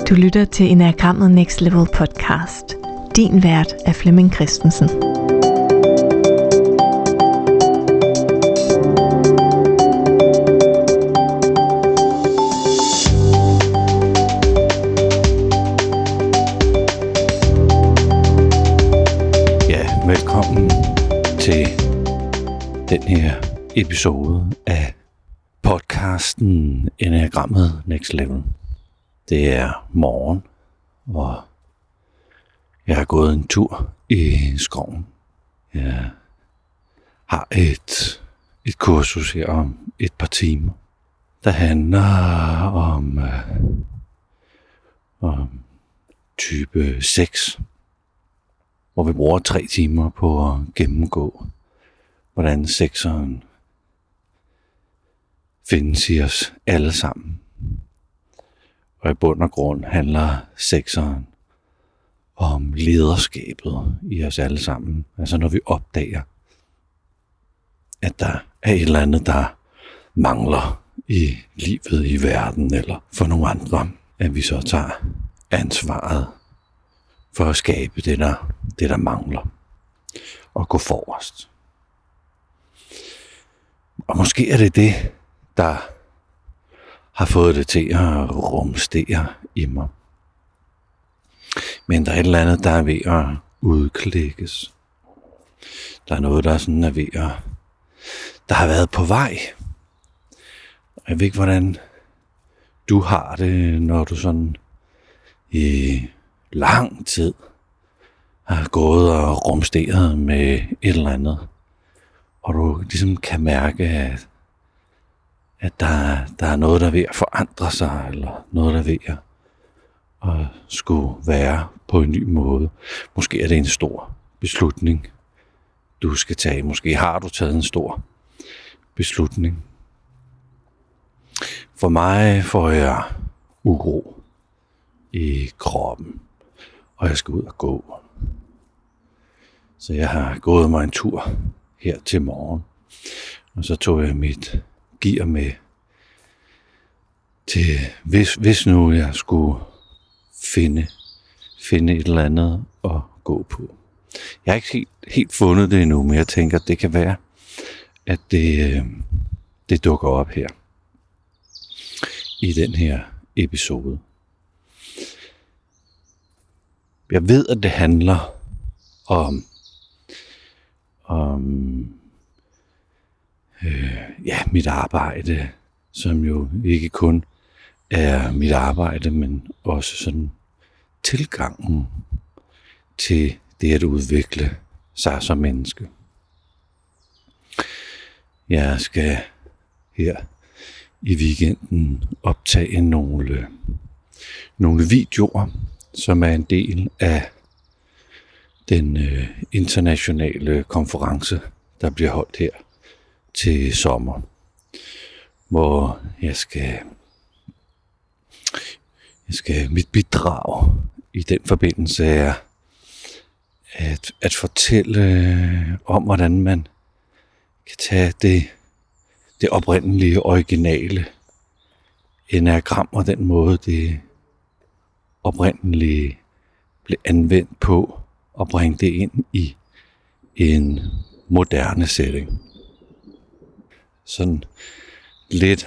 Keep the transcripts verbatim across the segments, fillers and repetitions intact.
Du lytter til Enneagrammet Next Level podcast. Din vært er Flemming Christensen. Ja, velkommen til den her episode af podcasten Enneagrammet Next Level. Det er morgen, og jeg har gået en tur i skoven. Jeg har et, et kursus her om et par timer, der handler om, øh, om type seks, hvor vi bruger tre timer på at gennemgå, hvordan sekseren findes i os alle sammen. Og i bund og grund handler sekseren om lederskabet i os alle sammen. Altså når vi opdager, at der er et eller andet, der mangler i livet, i verden eller for nogle andre, at vi så tager ansvaret for at skabe det, der, det, der mangler, og gå forrest. Og måske er det det, der har fået det til at rumstere i mig. Men der er et eller andet, der er ved at udklikkes. Der er noget, der er sådan er ved at, der har været på vej. Jeg ved ikke, hvordan du har det, når du sådan i lang tid har gået og rumsteret med et eller andet. Og du ligesom kan mærke, at at der, der er noget, der er ved at forandre sig, eller noget, der er ved at, at skulle være på en ny måde. Måske er det en stor beslutning, du skal tage. Måske har du taget en stor beslutning. For mig får jeg uro i kroppen, og jeg skal ud og gå. Så jeg har gået mig en tur her til morgen, og så tog jeg mit gear med til, hvis, hvis nu jeg skulle finde, finde et eller andet at gå på. Jeg har ikke helt, helt fundet det endnu, men jeg tænker, at det kan være, at det, det dukker op her i den her episode. Jeg ved, at det handler om, om Øh, ja, mit arbejde, som jo ikke kun er mit arbejde, men også sådan tilgangen til det at udvikle sig som menneske. Jeg skal her i weekenden optage nogle, nogle videoer, som er en del af den øh, internationale konference, der bliver holdt her til sommer, hvor jeg skal, jeg skal mit bidrag i den forbindelse er at, at fortælle om, hvordan man kan tage det, det oprindelige, originale enneagram og den måde, det oprindelige blev anvendt på, og bringe det ind i en moderne setting. Sådan lidt.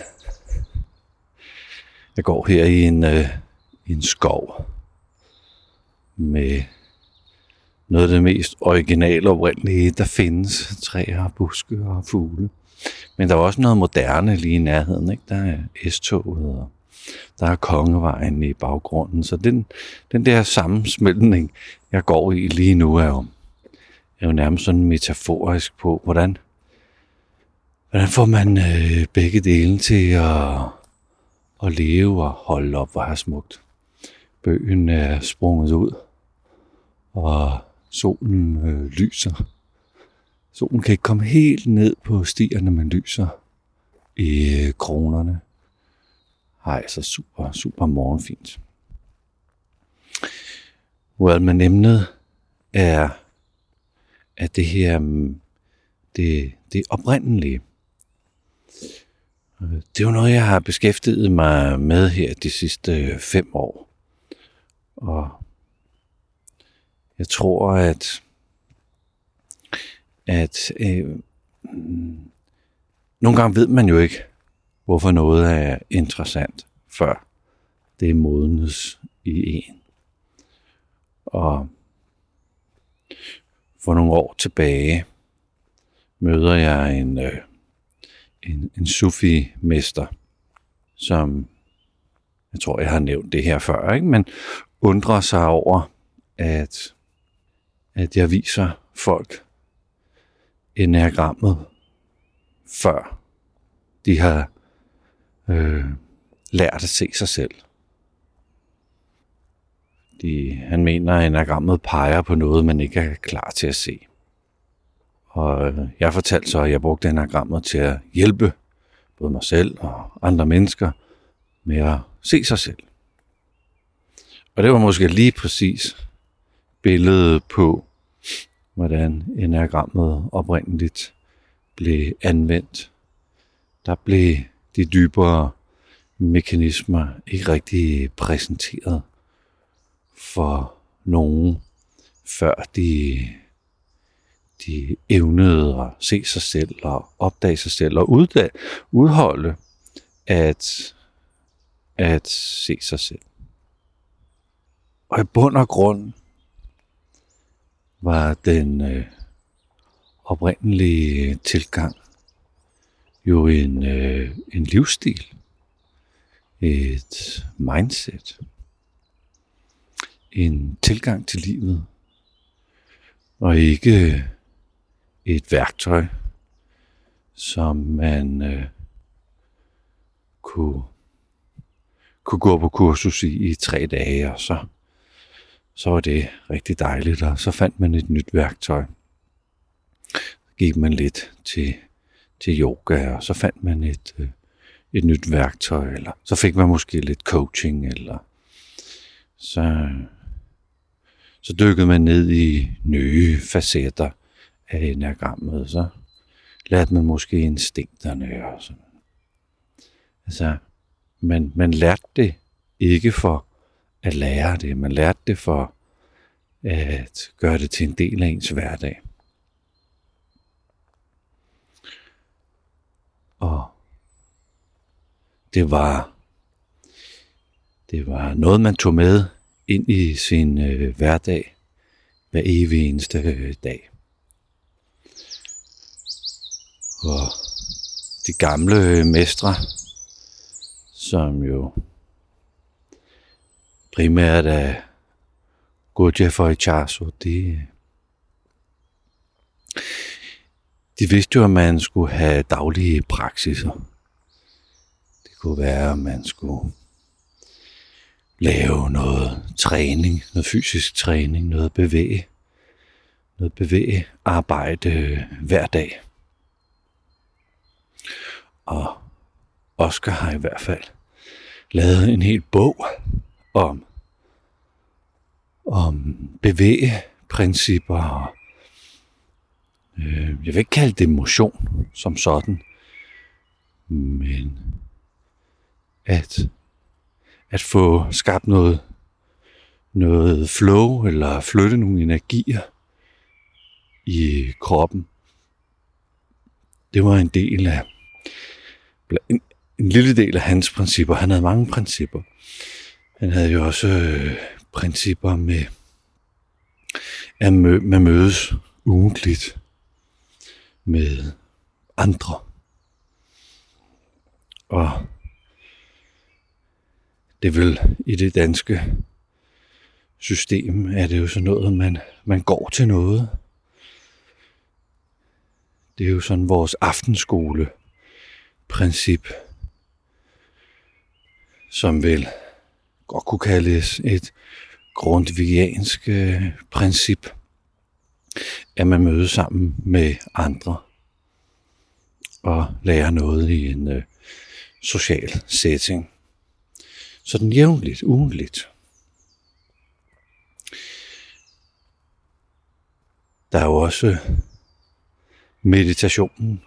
Jeg går her i en, øh, i en skov med noget af det mest originale og oprindelige, der findes. Træer, buske og fugle. Men der er også noget moderne lige i nærheden. Ikke? Der er S-toget, og der er Kongevejen i baggrunden. Så den, den der sammensmeltning, jeg går i lige nu, er jo, er jo nærmest sådan metaforisk på, hvordan Hvordan får man øh, begge dele til at, at leve og holde op, hvor er smukt. Bøgen er sprunget ud, og solen øh, lyser. Solen kan ikke komme helt ned på stierne, men lyser i øh, kronerne. Ej, så super, super morgenfint. Well, men emnet er, at det her, det, det oprindelige. Det er jo noget, jeg har beskæftiget mig med her de sidste fem år. Og jeg tror, at, at øh, nogle gange ved man jo ikke, hvorfor noget er interessant, før det modnes i en. Og for nogle år tilbage møder jeg en, øh, en, en sufi-mester, som, jeg tror, jeg har nævnt det her før, ikke? Men undrer sig over, at, at jeg viser folk enagrammet, før de har øh, lært at se sig selv. De, han mener, at enagrammet peger på noget, man ikke er klar til at se. Og jeg fortalte så, at jeg brugte enagrammet til at hjælpe både mig selv og andre mennesker med at se sig selv. Og det var måske lige præcis billedet på, hvordan enagrammet oprindeligt blev anvendt. Der blev de dybere mekanismer ikke rigtig præsenteret for nogen, før de, de evnede at se sig selv og opdage sig selv og uddag, udholde at, at se sig selv. Og i bund og grund var den øh, oprindelige tilgang jo en, øh, en livsstil, et mindset, en tilgang til livet, og ikke et værktøj, som man øh, kunne, kunne gå på kursus i, i tre dage, og så, så var det rigtig dejligt, og så fandt man et nyt værktøj. Så gik man lidt til, til yoga, og så fandt man et, øh, et nyt værktøj, eller så fik man måske lidt coaching, eller så, så dykkede man ned i nye facetter af enagrammet, så lærte man måske instinkterne og sådan. Altså, man, man lærte det ikke for at lære det, man lærte det for at gøre det til en del af ens hverdag. Og det var, det var noget, man tog med ind i sin øh, hverdag hver evig eneste øh, dag. Og de gamle mestre, som jo primært er Gurdjieff og Icharso, de, de vidste jo, at man skulle have daglige praksiser. Det kunne være, at man skulle lave noget træning, noget fysisk træning, noget bevæge, noget bevæge arbejde hver dag. Og Oscar har i hvert fald lavet en hel bog om, om bevægeprincipper. Og, øh, jeg vil ikke kalde det motion som sådan, men at, at få skabt noget, noget flow eller flytte nogle energier i kroppen. Det var en del af en, en lille del af hans principper. Han havde mange principper. Han havde jo også øh, principper med at mø- man mødes ugentligt med andre. Og det er vel i det danske system, er det jo sådan noget, man, man går til noget. Det er jo sådan vores aftenskole-princip, som vel godt kunne kaldes et grundtvigiansk princip, at man mødes sammen med andre og lærer noget i en øh, social setting. Sådan jævnligt, ugentligt. Der er jo også meditationen.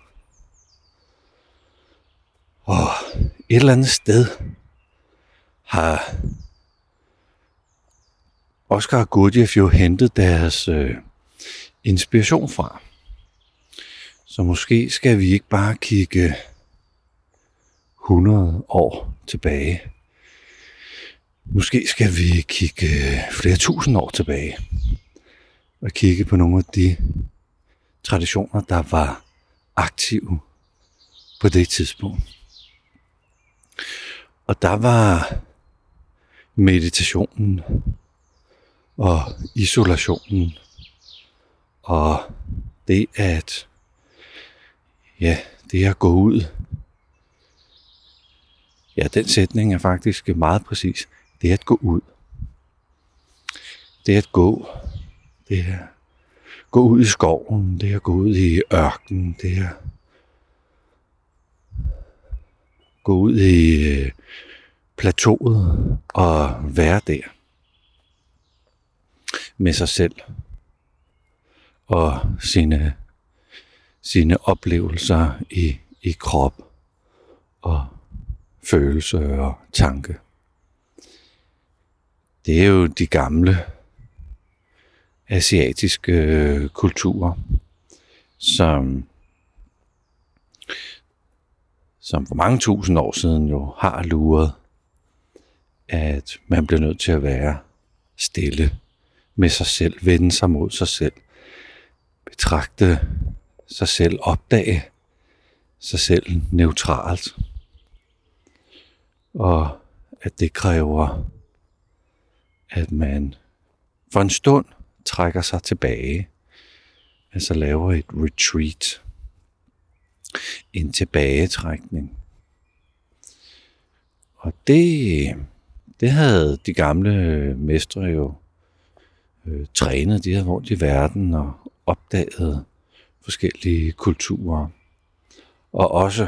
Og et eller andet sted har Oscar og Gurdjieff jo hentet deres øh, inspiration fra. Så måske skal vi ikke bare kigge hundrede år tilbage. Måske skal vi kigge flere tusind år tilbage og kigge på nogle af de traditioner, der var aktive på det tidspunkt. Og der var meditationen og isolationen og det at ja, det at gå ud. Ja, den sætning er faktisk meget præcis. Det at gå ud. Det at gå. Det at gå ud i skoven. Det at gå ud i ørkenen. Det at gå ud i øh, plateauet og være der. Med sig selv. Og sine, sine oplevelser i, i krop og følelse og tanke. Det er jo de gamle asiatiske kulturer, som, som for mange tusind år siden jo har luret, at man bliver nødt til at være stille med sig selv, vende sig mod sig selv, betragte sig selv, opdage sig selv neutralt. Og at det kræver, at man for en stund trækker sig tilbage, altså laver et retreat, en tilbagetrækning. Og det, det havde de gamle mestre jo øh, trænet, de havde rundt i verden og opdaget forskellige kulturer. Og også,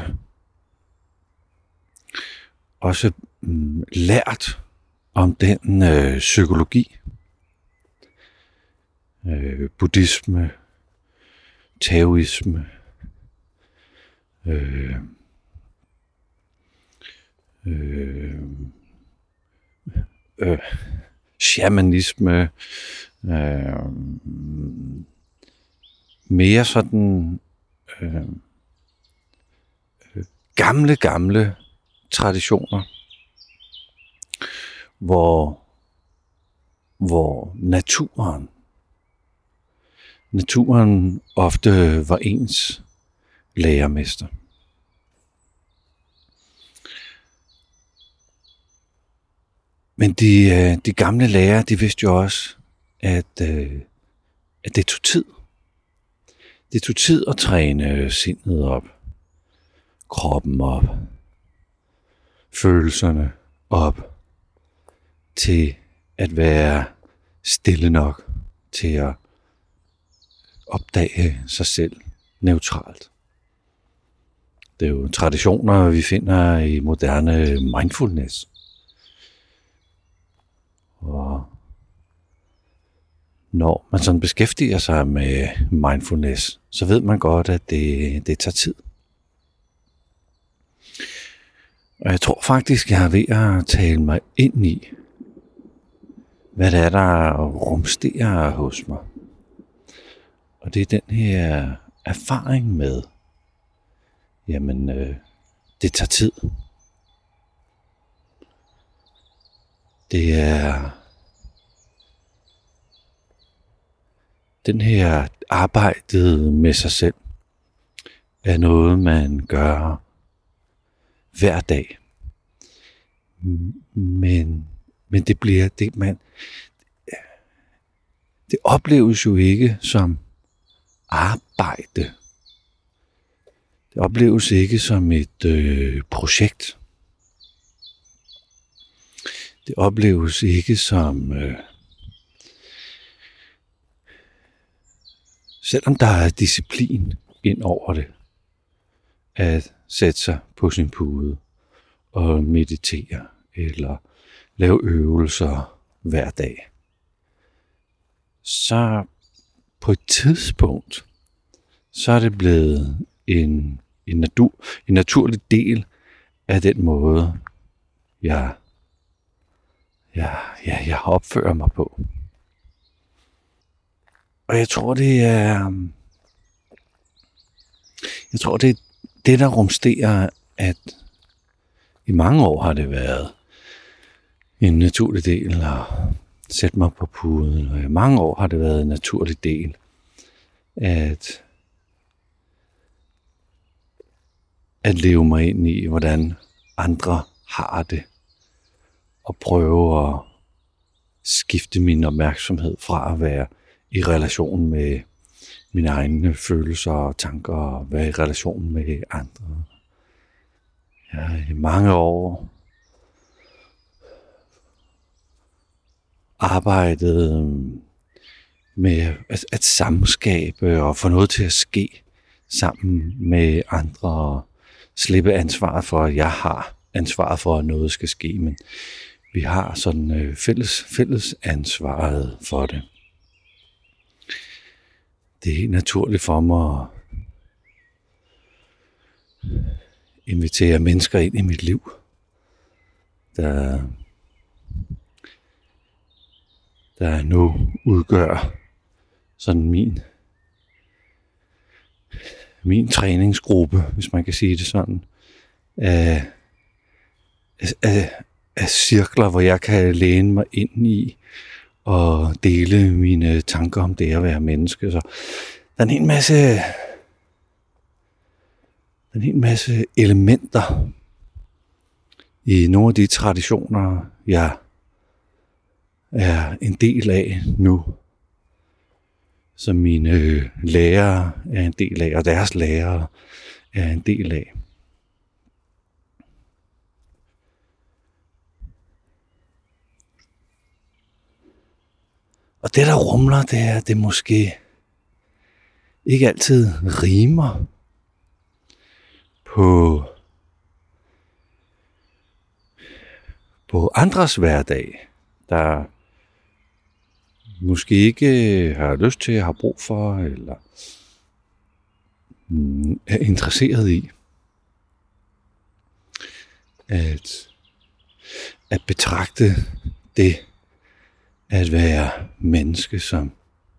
også mm, lært om den øh, psykologi, øh, buddhisme, taoisme, øh, øh, øh, shamanisme, øh, mere sådan øh, gamle, gamle traditioner, hvor, hvor naturen, naturen ofte var ens lærermester. Men de, de gamle lærere, de vidste jo også, at, at det tog tid. Det tog tid at træne sindet op, kroppen op, følelserne op, til at være stille nok til at opdage sig selv neutralt. Det er jo traditioner, vi finder i moderne mindfulness. Og når man sådan beskæftiger sig med mindfulness, så ved man godt, at det, det tager tid. Og jeg tror faktisk, jeg er ved at tale mig ind i, hvad det er, der rumsterer hos mig. Og det er den her erfaring med, jamen, øh, det tager tid. Det er den her arbejdet med sig selv, er noget, man gør hver dag. Men, men det bliver, det, man, det opleves jo ikke som arbejde. Det opleves ikke som et øh, projekt. Det opleves ikke som, øh, selvom der er disciplin ind over det, at sætte sig på sin pude og meditere eller lave øvelser hver dag. Så på et tidspunkt, så er det blevet en, en, natur, en naturlig del af den måde, jeg, jeg, jeg, jeg opfører mig på. og jeg tror, det er... Jeg tror, det er det, der rumsterer, at i mange år har det været en naturlig del at sætte mig på puden, og i mange år har det været en naturlig del at, at leve mig ind i, hvordan andre har det, og prøve at skifte min opmærksomhed fra at være i relation med mine egne følelser og tanker, og være i relation med andre. Jeg har i mange år arbejdet med at, at samskabe og få noget til at ske sammen med andre, og slippe ansvaret for, at jeg har ansvaret for, at noget skal ske, men vi har sådan øh, fælles, fælles ansvaret for det. Det er helt naturligt for mig at invitere mennesker ind i mit liv, der, der nu udgør sådan min, min træningsgruppe, hvis man kan sige det sådan, af, af, af cirkler, hvor jeg kan læne mig ind i og dele mine tanker om det at være menneske. Så der er en hel masse, der er en hel masse elementer i nogle af de traditioner, jeg er en del af nu, som mine lærere er en del af, og deres lærere er en del af. Og det, der rumler, det er, det måske ikke altid rimer på, på andres hverdag, der måske ikke har lyst til, har brug for, eller er interesseret i at, at betragte det at være menneske som,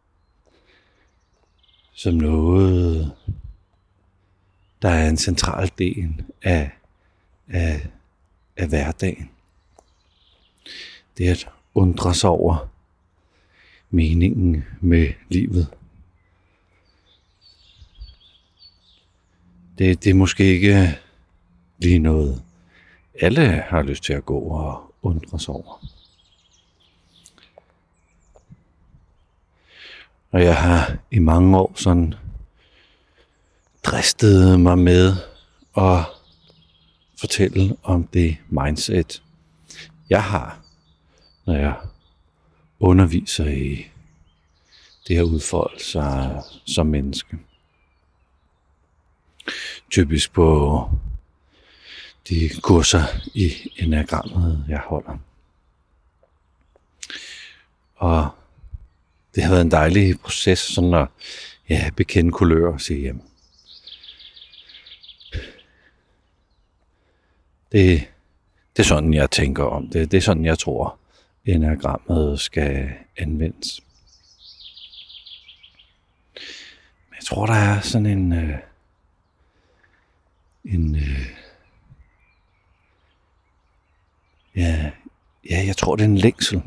som noget, der er en central del af, af, af hverdagen. Det er at undre sig over meningen med livet. Det, det er måske ikke lige noget, alle har lyst til at gå og undre sig over. Og jeg har i mange år sådan dristet mig med at fortælle om det mindset, jeg har, når jeg underviser i det her udfolde sig som menneske. Typisk på de kurser i enagrammet, jeg holder. Og det har været en dejlig proces, sådan at ja, bekende kulør og sige, jamen, det, det er sådan, jeg tænker om det. Det er sådan, jeg tror, enagrammet skal anvendes. Men jeg tror, der er sådan en, øh, en øh, ja, ja, jeg tror, det er en længsel.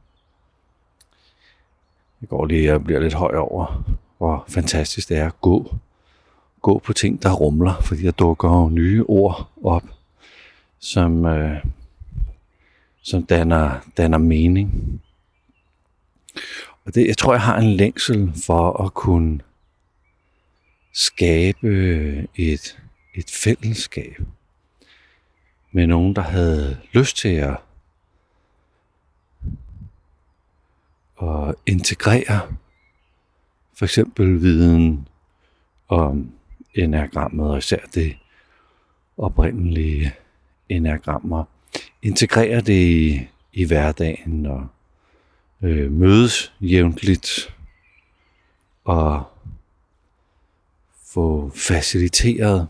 Jeg går lige, jeg bliver lidt høj over, hvor fantastisk det er at gå. Gå på ting, der rumler, fordi der dukker jo nye ord op, som, øh, som danner, danner mening. Og det, jeg tror, jeg har en længsel for at kunne skabe et, et fællesskab med nogen, der havde lyst til at og integrere for eksempel viden om enagrammet, og især det oprindelige enagrammer. Integrere det i, i hverdagen og øh, mødes jævnligt og få faciliteret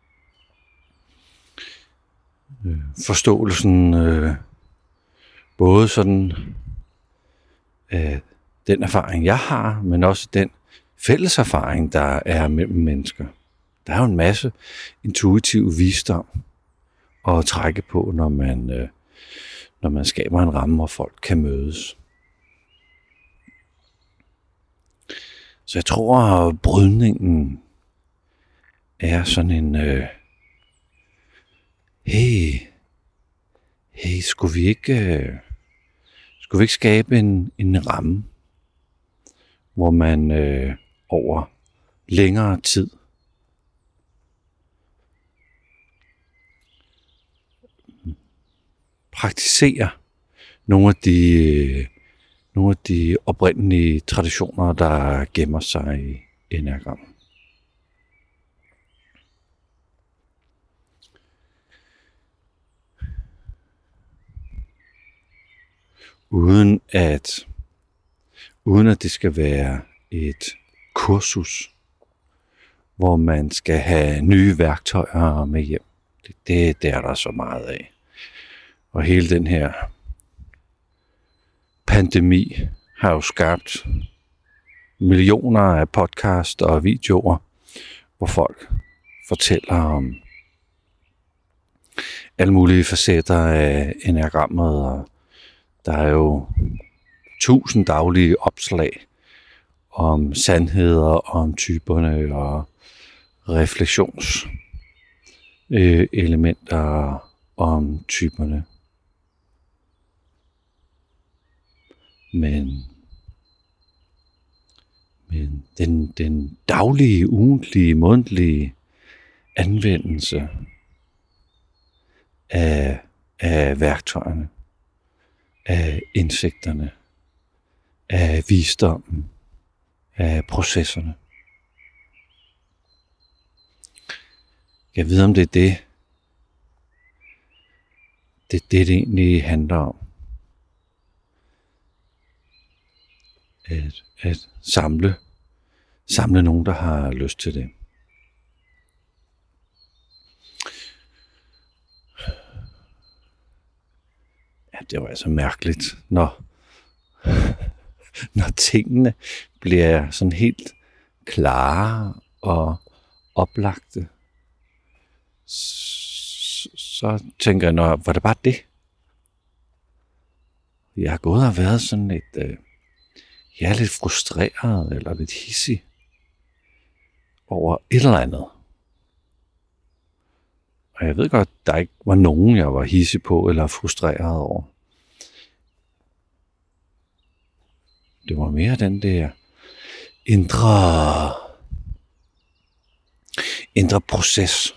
øh, forståelsen øh, både sådan af den erfaring, jeg har, men også den fælles erfaring, der er mellem mennesker. Der er jo en masse intuitiv visdom at trække på, når man, øh, når man skaber en ramme, hvor folk kan mødes. Så jeg tror, at brydningen er sådan en, øh, hey, hey, skulle vi ikke, øh, skulle vi ikke skabe en, en ramme, hvor man øh, over længere tid praktiserer nogle af de, nogle af de oprindelige traditioner, der gemmer sig i enagrammet. Uden at, uden at det skal være et kursus, hvor man skal have nye værktøjer med hjem. Det, det, det er der så meget af. Og hele den her pandemi har jo skabt millioner af podcast og videoer, hvor folk fortæller om alle mulige facetter af enagrammet, og der er jo tusind daglige opslag om sandheder, om typerne og refleksionselementer om typerne. Men, men den, den daglige, ugentlige, månedlige anvendelse af, af værktøjerne, af indsigterne, af visdommen, af processerne. Jeg ved, om det er det, det er det, det egentlig handler om. At, at samle, samle nogen, der har lyst til det. Ja, det var altså mærkeligt, når, når tingene bliver sådan helt klare og oplagte. Så, så tænker jeg, når, var det bare det? Jeg har gået og været sådan lidt, øh, jeg er lidt frustreret eller lidt hissig over et eller andet. Og jeg ved godt, der ikke var nogen, jeg var hissig på eller frustreret over. Det var mere den der indre, indre proces,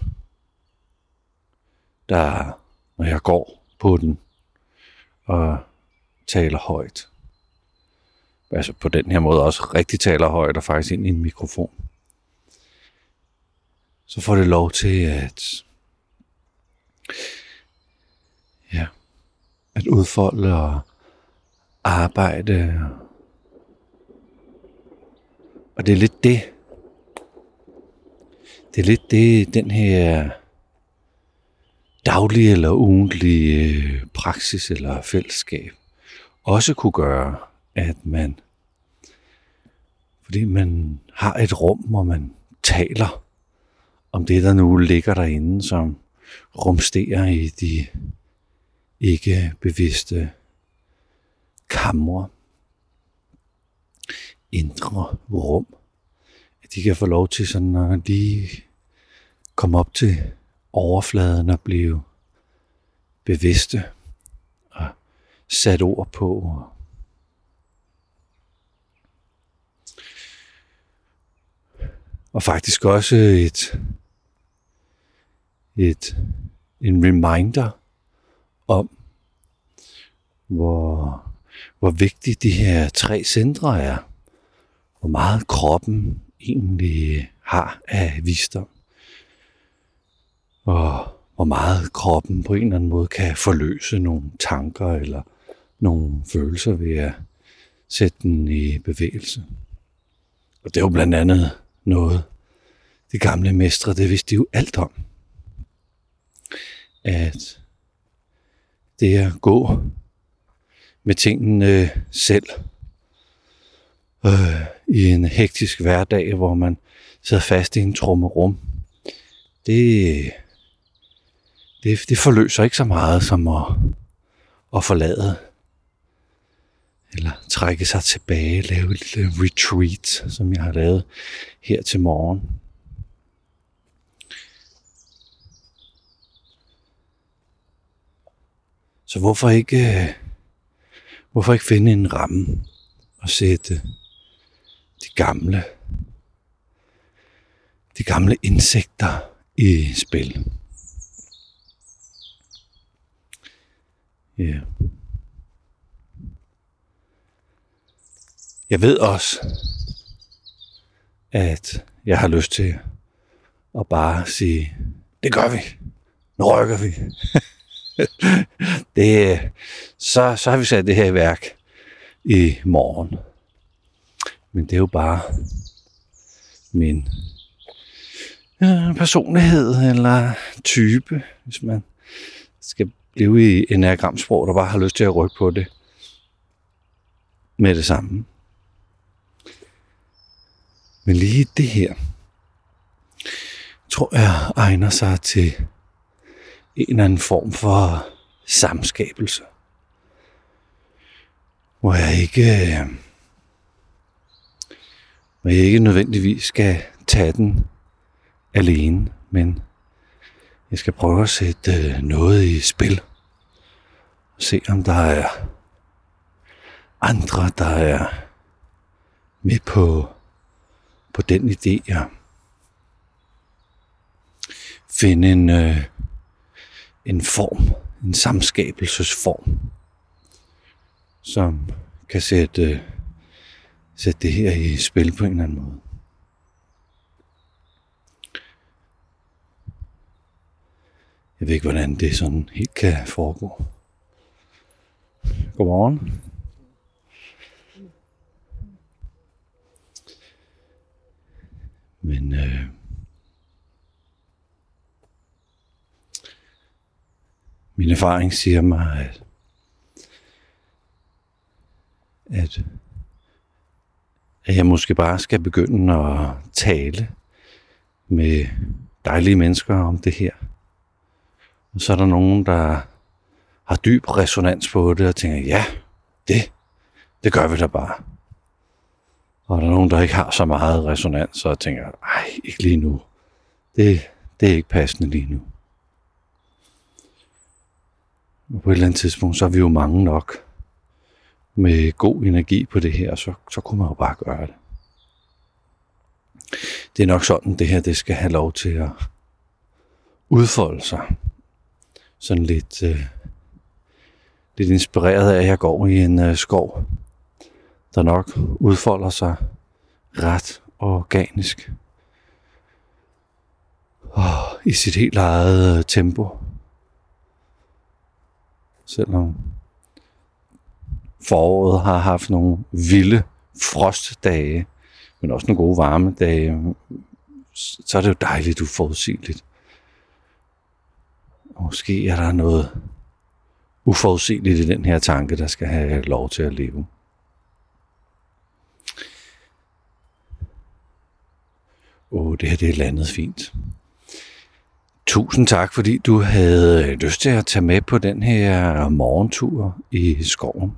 der, når jeg går på den og taler højt. Altså på den her måde også rigtig taler højt og faktisk ind i en mikrofon. Så får det lov til at ja, at udfolde og arbejde. Og det er lidt det. Det er lidt det, den her daglige eller ugentlige praksis eller fællesskab også kunne gøre, at man, fordi man har et rum, hvor man taler om det, der nu ligger derinde, som rumsterer i de ikke bevidste kamre, indre rum, at de kan få lov til sådan at lige komme op til overfladen og blive bevidste og sat ord på. Og faktisk også et, et en reminder om, hvor, hvor vigtigt de her tre centre er. Hvor meget kroppen egentlig har af visdom. Og hvor meget kroppen på en eller anden måde kan forløse nogle tanker eller nogle følelser ved at sætte den i bevægelse. Og det er jo blandt andet noget, de gamle mestre, det vidste de jo alt om. At det at gå med tingene selv øh, i en hektisk hverdag, hvor man sidder fast i en trummerum. Det, det, det forløser ikke så meget som at, at forlade eller trække sig tilbage, lave et lille retreat, som jeg har lavet her til morgen. Så hvorfor ikke, hvorfor ikke finde en ramme og sætte de gamle, de gamle insekter i spil? Ja. Yeah. Jeg ved også, at jeg har lyst til at bare sige, det gør vi, nu rykker vi. det, så, så har vi sat det her i værk i morgen. Men det er jo bare min ja, personlighed eller type, hvis man skal blive i enagramsprog, der bare har lyst til at rykke på det med det samme. Men lige det her, tror jeg egner sig til en eller anden form for samskabelse. Hvor jeg ikke, hvor jeg ikke nødvendigvis skal tage den alene, men jeg skal prøve at sætte noget i spil. Og se om der er andre, der er med på på den idé, jeg finde en, øh, en form, en samskabelsesform, som kan sætte, øh, sætte det her i spil på en eller anden måde. Jeg ved ikke, hvordan det sådan helt kan foregå. Godmorgen. Men øh, min erfaring siger mig, at, at, at jeg måske bare skal begynde at tale med dejlige mennesker om det her. Og så er der nogen, der har dyb resonans på det og tænker, ja, det, det gør vi da bare. Og der er nogen, der ikke har så meget resonans og tænker, ej, ikke lige nu. Det, det er ikke passende lige nu. Og på et eller andet tidspunkt, så er vi jo mange nok med god energi på det her, så, så kunne man jo bare gøre det. Det er nok sådan, det her det skal have lov til at udfolde sig. Sådan lidt, øh, lidt inspireret af, at jeg går i en øh, skov, der nok udfolder sig ret organisk og i sit helt eget tempo. Selvom foråret har haft nogle vilde frostdage, men også nogle gode varmedage, så er det jo dejligt uforudsigeligt. Og måske er der noget uforudsigeligt i den her tanke, der skal have lov til at leve. Åh, det her det er landet fint. Tusind tak, fordi du havde lyst til at tage med på den her morgentur i skoven.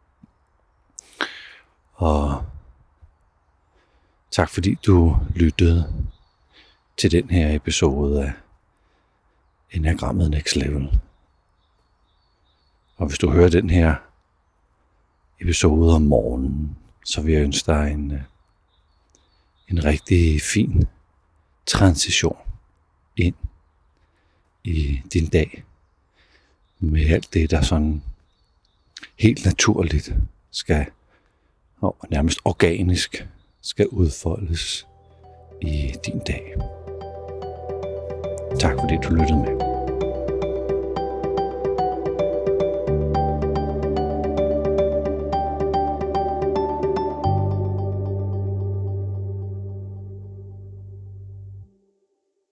Og tak fordi du lyttede til den her episode af Enagrammet Next Level. Og hvis du hører den her episode om morgenen, så vil jeg ønske dig en, en rigtig fin transition ind i din dag. Med alt det, der sådan helt naturligt skal, og nærmest organisk, skal udfoldes i din dag. Tak fordi du lyttede med.